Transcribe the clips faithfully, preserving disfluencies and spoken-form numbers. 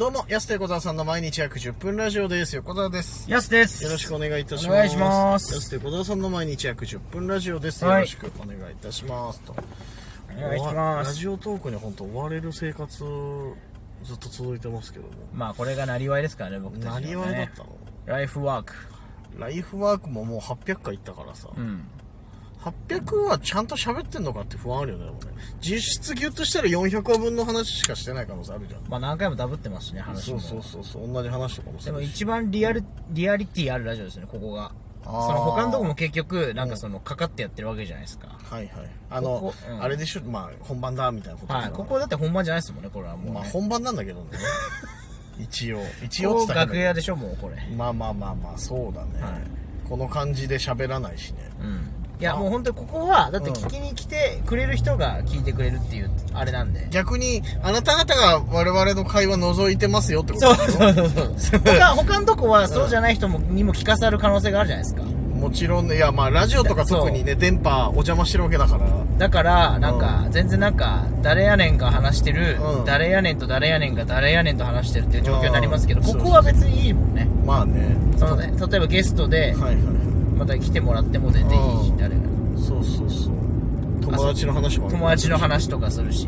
どうも、安手小沢さんの毎日約じゅっぷんラジオです。横澤です。 安です。 よろしくお願いいたします。 お願いします。 安手小沢さんの毎日約じゅっぷんラジオです。 はい、 よろしくお願いいたします。とお願いします。 ラジオトークに本当追われる生活ずっと続いてますけども。 まあこれがなりわいですからね、僕たちはね。 なりわいだったの？ ライフワーク。 ライフワークももうはっぴゃっかい行ったからさ。 うん。 はっぴゃくはちゃんと喋ってんのかって不安あるよね。実質ギュッとしたらよんひゃくわぶんの話しかしてない可能性あるじゃん。 まあ何回もダブってますしね、話も。 そうそうそうそう、同じ話とかもするし。 でも一番リアルリアリティあるラジオですね、ここが。その他のとこも結局なんかそのかかってやってるわけじゃないですか。 はいはい。あのここ、うん、 あれでしょ、まあ本番だみたいなこと。 はい。ここだって本番じゃないですもんね、これはもう、ね。 まあ本番なんだけどね。一応一応。ここ楽屋でしょ、もうこれ。 まあまあまあまあそうだね。はい、この感じで喋らないしね。 うん。いやもう本当にここはだって聞きに来てくれる人が聞いてくれるっていうあれなんで、 逆にあなた方が我々の会話覗いてますよってことでしょ。 そうそうそうそう他, 他のとこはそうじゃない人もにも聞かさる可能性があるじゃないですか。 もちろんね。いやまあラジオとか特にね電波お邪魔してるわけだから。 だからなんか全然なんか誰やねんが話してる、 うん、 誰やねんと誰やねんが誰やねんと話してるっていう状況になりますけど、ここは別にいいもんね。 まあね。 そのね、例えばゲストで、はいはい、また来てもらっても全然いいし、誰が。 そうそうそう。友達の話もある。 友達の話とかするし、うん、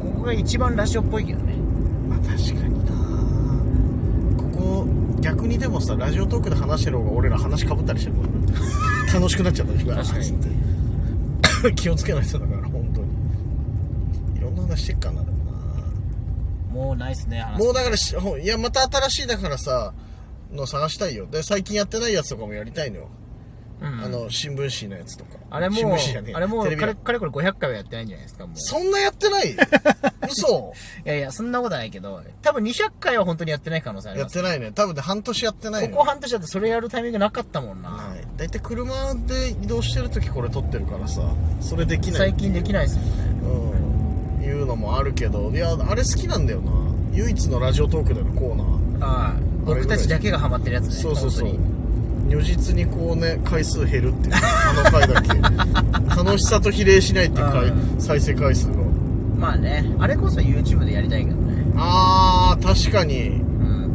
ここが一番ラジオっぽいけどね。 まあ確かにな。ここ逆にでもさ、ラジオトークで話してる方が俺ら話かぶったりしてるから楽しくなっちゃったりして。確かに気をつけない人だから本当に。いろんな話してっかな。でもな。 もうないっすね。話もうだからし、いやまた新しいだからさの探したいよ。で最近やってないやつとかもやりたいのよ。うん、あの新聞紙のやつとか。 あれもうあれもうかれかれこれごひゃっかいはやってないんじゃないですか。もうそんなやってない？嘘。 いやいやそんなことないけど、多分にひゃっかいは本当にやってない可能性あります。 やってないね。多分で半年やってない、ね。 ここ半年だってそれやるタイミングなかったもんな。はい。 だいたい車で移動してる時これ撮ってるからさ、それできない。 最近できないですもんね。 うん。いうのもあるけど、いやあれ好きなんだよな。唯一のラジオトークでのコーナー。 ああ。僕たちだけがハマってるやつね。 そうそうそう。如実にこうね回数減るっていうあの回だけ楽しさと比例しないっていう回、うん、再生回数が。 まあね、あれこそ YouTube でやりたいけどね。 あー確かに、 うん、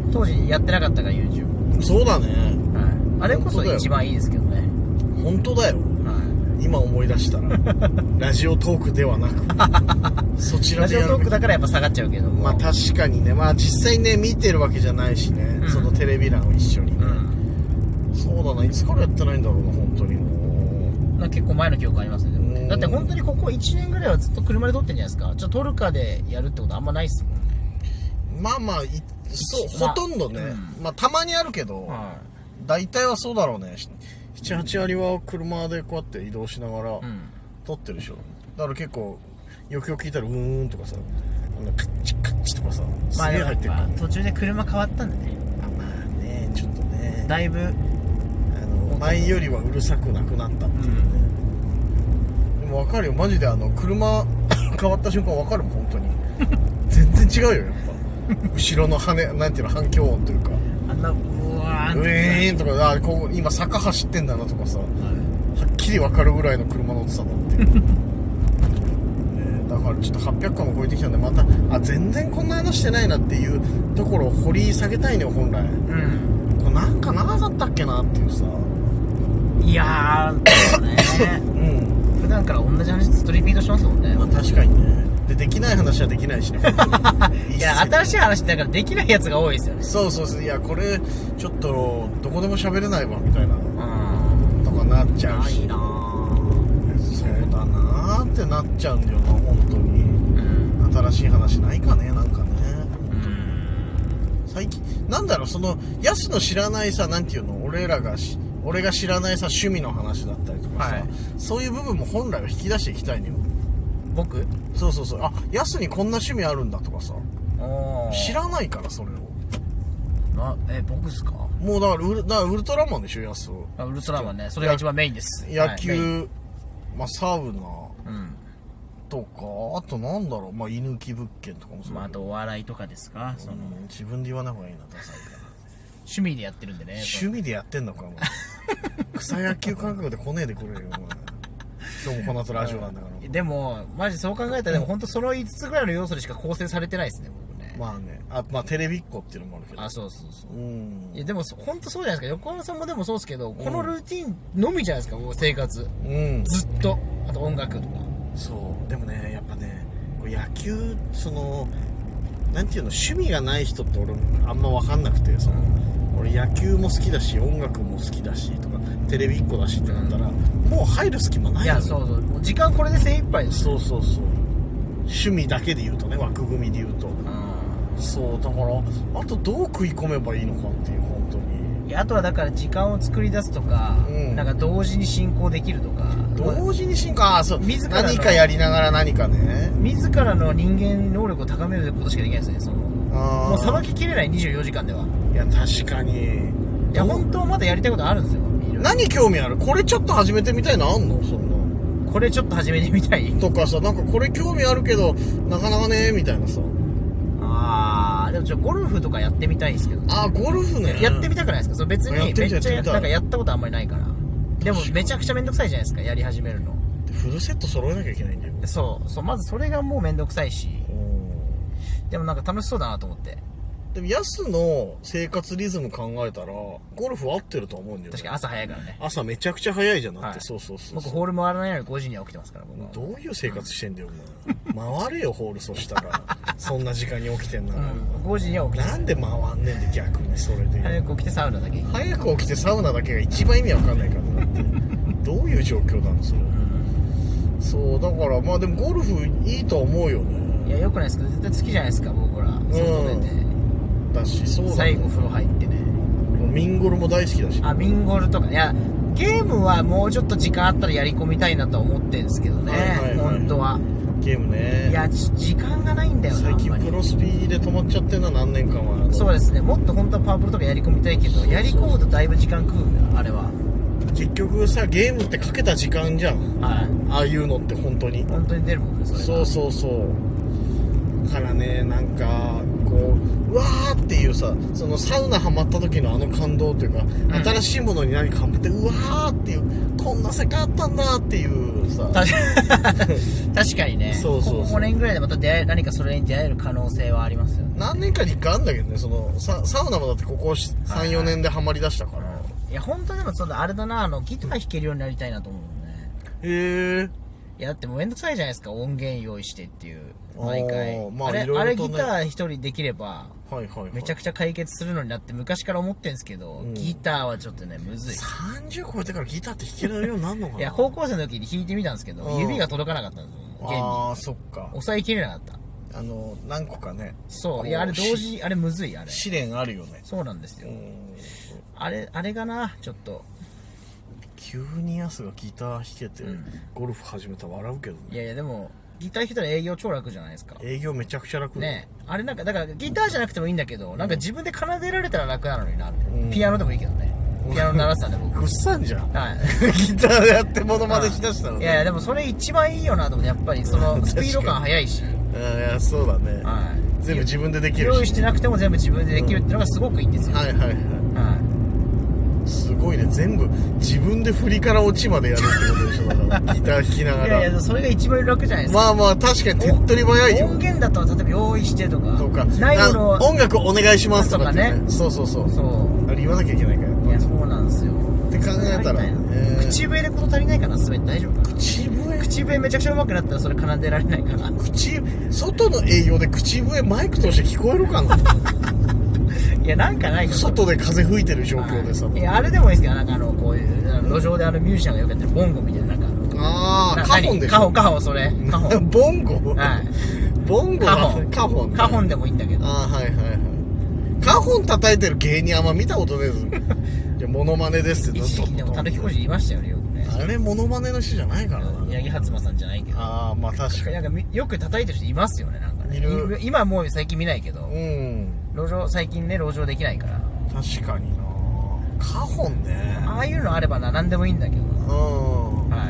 当時やってなかったから YouTube。 そうだね、 はい、あれこそ一番いいですけどね。 本当だよ、はい、今思い出したらラジオトークではなくそちらでやる。 ラジオトークだからやっぱ下がっちゃうけども、 まあ確かにね。まあ実際ね見てるわけじゃないしね、うん、そのテレビ欄を一緒にね、うんそうだな。いつからやってないんだろうな本当に。もうなんか結構前の記憶ありますね。でもねだって本当にここいちねんぐらいはずっと車で撮ってんじゃないですか。ちょっとトルカでやるってことあんまないっすもんね。 まあまあそう、まあ、ほとんどね、うん、まあたまにあるけど、はい、大体はそうだろうね。ななはち割は車でこうやって移動しながら撮ってるでしょ、うん、だから結構よくよく聞いたらうーんとかさカッチカッチとかさすげえ入ってるから、ね、 まあ、途中で車変わったんだね。 あまあねちょっとねだいぶ前よりはうるさくなくなったっていうね、うん、でも分かるよマジで。あの車変わった瞬間分かるもん本当に全然違うよやっぱ後ろの羽なんていうの反響音というかあんなうわーんウェーンとかあここ今坂走ってんだなとかさ、はい、はっきり分かるぐらいの車乗ってたなっていう、ね、だからちょっとはっぴゃっかも超えてきたんでまたあ全然こんな話してないなっていうところを掘り下げたいね本来。うんこれなんか長かったっけなっていうさ。 いやーそうね、うん、普段から同じ話ずっとリピートしますもんね。 まあ確かにね。でできない話はできないしねいや新しい話だからできないやつが多いですよね。 そうそうそう。いやこれちょっとどこでも喋れないわみたいなとかなっちゃうし、 いいなそうだなーってなっちゃうんだよな本当に、うん、新しい話ないかねなんかね、うん、最近なんだろうそのヤスの知らないさなんていうの俺らがし俺が知らないさ趣味の話だったりとかさ、はい、そういう部分も本来は引き出していきたいのよ僕。 そうそうそう。あヤスにこんな趣味あるんだとかさ知らないからそれをな。え僕っすか。 もうだからウル、だからウルトラマンでしょヤス。 あウルトラマンね。それが一番メインです。 野球、はい、まあサウナ、 うん、 とかあとなんだろうまあ居抜き物件とかもそうだけど、 まあ、あとお笑いとかですか、うん、 その自分で言わない方がいいなダサいから趣味でやってるんでね。 趣味でやってんのかお前草野球感覚で来ねえでくれよお前今日もこの後ラジオなんだから。 でもマジそう考えたらでも本当そのいつつぐらいの要素でしか構成されてないですね僕ね。 まあね、あ、まあテレビっ子っていうのもあるけど。 あ、そうそうそう。 うん。 いや、でも、ほんとそうじゃないですか。横浜さんもでもそうですけど、このルーティンのみじゃないですか、もう生活。 うん。 ずっと。あと音楽とか。 そう。でもね、やっぱね、こう野球、その、なんていうの、趣味がない人って俺あんま分かんなくて、その、俺野球も好きだし、音楽も好きだし、とか、テレビっ子だしってなったら、もう入る隙間ないの。 いや、そうそう。もう時間これで精一杯です。 そうそうそう。趣味だけで言うとね、枠組みで言うと。うん、そう、だから、あとどう食い込めばいいのかっていう、本当に。 いや、あとはだから時間を作り出すとか、うん、なんか同時に進行できるとか。 同時に進行、ああ、そう。自ら何かやりながら何かね。 自らの人間能力を高めることしかできないですね、その。あもうさばききれないにじゅうよじかんでは。 いや、確かに。 いや、本当はまだやりたいことあるんですよ。 何興味ある？これちょっと始めてみたいのあんの？そんな。 これちょっと始めてみたいとかさ、なんかこれ興味あるけどなかなかねみたいなさ。 あー、でもちょっとゴルフとかやってみたいんですけど、ね、 あー、ゴルフね。 やってみたくないですか？そう別にめっちゃなんかやったことあんまりないから。でもめちゃくちゃめんどくさいじゃないですか、やり始めるの。 フルセット揃えなきゃいけないんだよ。 そうそう、まずそれがもうめんどくさいし、でもなんか楽しそうだなと思って。 でもヤスの生活リズム考えたらゴルフ合ってると思うんだよね。 確かに朝早いからね。 朝めちゃくちゃ早いじゃん、だって、はい、そうそうそう。 僕ホール回らないようにごじには起きてますから僕は。 どういう生活してんだよ、もう回れよホール。そしたらそんな時間に起きてんなら、うん、ごじには起きてなんで回んねんで逆にそれで早く起きてサウナだけ早く起きてサウナだけが一番意味わかんないからだってどういう状況なのそれ、うん、そうだからまあでもゴルフいいと思うよね。 いやよくないですか、絶対好きじゃないですか僕ら、外出て、うんだし、そうだね、 最後風呂入ってね。 ミンゴルも大好きだし、ね、 あ、ミンゴルとか、いやゲームはもうちょっと時間あったらやり込みたいなとは思ってるんですけどね、はいはいはい、本当はゲームね。 いや時間がないんだよな。 最近プロスピーで止まっちゃってんな、何年間は。 そうですね、もっと本当はパワープロとかやり込みたいけど、やり込むとだいぶ時間食うんだよあれは。 結局さゲームってかけた時間じゃん、はい、ああいうのって本当に本当に出るもんねそれ。 そうそうそうからね、なんかこううわーっていうさ、そのサウナハマった時のあの感動というか、うん、新しいものに何かハマってうわーっていう、こんな世界あったんだっていうさ確かにね。そうそうそう、ここごねんぐらいでまた出会え、何かそれに出会える可能性はありますよね。 何年かにいっかいあるんだけどね、その サ, サウナもだってここさん、よねんでハマりだしたから、はいはい、 いや本当でもそのあれだな、あのギター弾けるようになりたいなと思うね。 へえ。 いやだってもうめんどくさいじゃないですか、音源用意してっていう毎回、 まあ、 あれ、 いろいろとね、 あれギター一人できれば、 はいはいはい、 めちゃくちゃ解決するのになって昔から思ってんですけど、うん、ギターはちょっとねむずい。 さんじゅう超えてからギターって弾けられるようになるのかな。 いや高校生の時に弾いてみたんですけど、うん、指が届かなかったんですよ弦に。 ああそっか、 抑えきれなかった。 あの何個かね。 そう、いやあれ同時、あれむずい、あれ試練あるよね。 そうなんですよ。あれあれがな、ちょっと急にヤスがギター弾けて、うん、ゴルフ始めたら笑うけどね。 いやいやでもギター弾いたら営業超楽じゃないですか。 営業めちゃくちゃ楽ね。あれなんかだからギターじゃなくてもいいんだけど、うん、なんか自分で奏でられたら楽なのにな、うん、ピアノでもいいけどね。ピアノ鳴らしたんで僕ぐっさんじゃん、 はい、 ギターでやってモノマネしだしたの、ね、 いやいやでもそれ一番いいよなと思って。やっぱりそのスピード感速いしいやそうだね、はい、全部自分でできるし、 用意してなくても全部自分でできるっていうのがすごくいいんですよ、 うん、はいはいはい、はい、すごいね。全部自分で振りから落ちまでやるってことでしょ。だからギター弾きながら。 いやいやそれが一番楽じゃないですか。 まあまあ確かに手っ取り早いよ。 音源だと例えば用意してとかとかないもの音楽お願いしますとか、ね、 ね。 そうそうそうそう。 あれ言わなきゃいけないから。 いやそうなんですよ。 って考えたら、えー、口笛でこと足りないかな、滑って大丈夫かな。 口笛口笛めちゃくちゃ上手くなったらそれ奏でられないかな。 口外の営業で口笛マイク通して聞こえるかな。 いやなんかないか外で風吹いてる状況でさ、 いやあれでもいいですけど、なんかあのこういう路上であのミュージシャンがよくやってるボンゴみたいな、なんかああカホンでしょ。 カホンカホンそれカホンボンゴ、 はい、 ボンゴカホンカホン、ね、 カホンでもいいんだけど、 ああはいはいはい。カホン叩いてる芸人あんま見たことねえぞ。いやモノマネですって一時期でもたぬきこじいましたよね、よくね。 あれモノマネの人じゃないからな、 八木初馬さんじゃないけど。 ああまあ確かになんかよく叩いてる人いますよね、なんかね。いる。今もう最近見ないけど、うん、路上最近ね路上できないから。 確かにな。カホンね、 ああいうのあればな何でもいいんだけど、うん、 はい。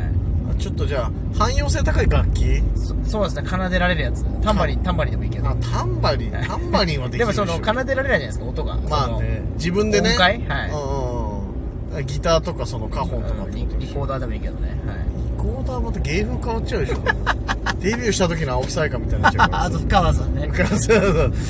ちょっとじゃあ汎用性高い楽器、 そそうですね、奏でられるやつ、タンバリンタンバリンでもいいけど。 あタンバリンタンバリンはできるでもその奏でられないじゃないですか、音が。 まあね自分でね音階、はい、 うん、ギターとかそのカホンとかリ, リコーダーでもいいけどね、はい、 リコーダーまた芸風変わっちゃうでしょ。デビューした時の青木さやかみたいになっちゃうから。 あと深川さんね。 深川さん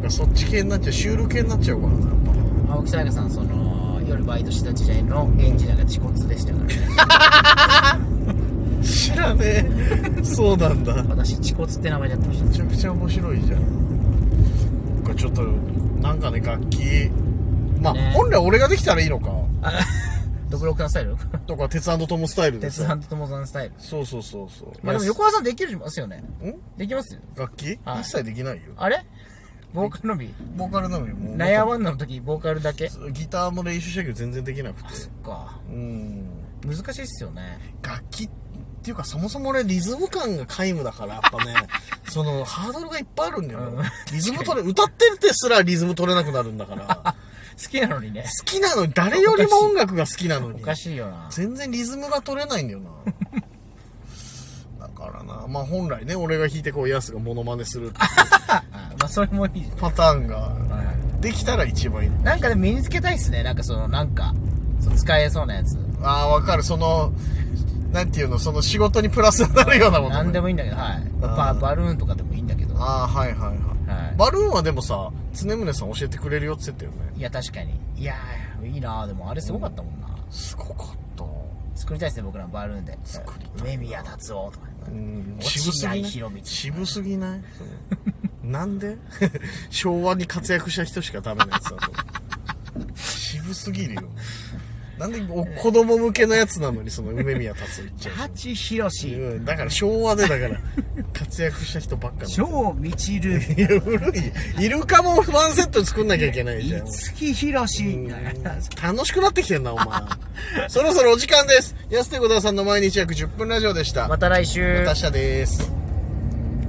そっち系になっちゃう、シュール系になっちゃうからな、やっ青木さやかさん、その夜バイトした時代のエンジニアが恥骨でしたからね。 知らねえ。そうなんだ。 私恥骨って名前でやってました。 めちゃくちゃ面白いじゃん。これちょっとなんかね、楽器まあ、ね、本来俺ができたらいいのか。 ドブロックのスタイルとか鉄&トモスタイルでさ。鉄&トモさんスタイル。 そうそうそうそう。 まあでも横川さんできるますよね。 んできますよ。 楽器、はい、一切できないよ。 あれボーカルのみボーカルのみもうナヤワンの時ボーカルだけギターも練習したけど全然できなくて。 あ、そっか。 うん。 難しいっすよね。 楽器っていうかそもそも俺リズム感が皆無だから、やっぱね、そのハードルがいっぱいあるんだよ、うん、リズム取れ、歌ってるってすらリズム取れなくなるんだから。 好きなのにね。 好きなのに、誰よりも音楽が好きなのに。 おかしいよな。 全然リズムが取れないんだよな。だからな、まあ本来ね、俺が弾いてこうヤスがモノマネするってまあそれもいいパターンができたら一番いい。 なんかでも身につけたいっすね。なんかそのなんか使えそうなやつ。 ああ、わかる。そのなんていうの、その仕事にプラスになるようなもの。 なんでもいいんだけど、はい。バ, バルーンとかでもいいんだけど。 ああ、はいはいはい。はい、バルーンはでもさ、常宗さん教えてくれるよって言ってたよね。 いや、確かに。いやー、いいなー。でもあれすごかったもんな。うん、 すごかった。 作りたいですね、僕らのバルーンで。 作りたい。 梅宮達夫とか。 うん、渋すぎない渋すぎないなんで昭和に活躍した人しかダメなやつだと。渋すぎるよ。なんで子供向けのやつなのにその梅宮達夫言っちゃう。 舘ひろし。 うん、だから昭和でだから活躍した人ばっかり。 超みちる。 いや古い。イルカもワンセット作んなきゃいけないじゃん。 五木ひろし。 楽しくなってきてんなお前。そろそろお時間です。安手小田さんの毎日約じゅっぷんラジオでした。 また来週。 また明日です。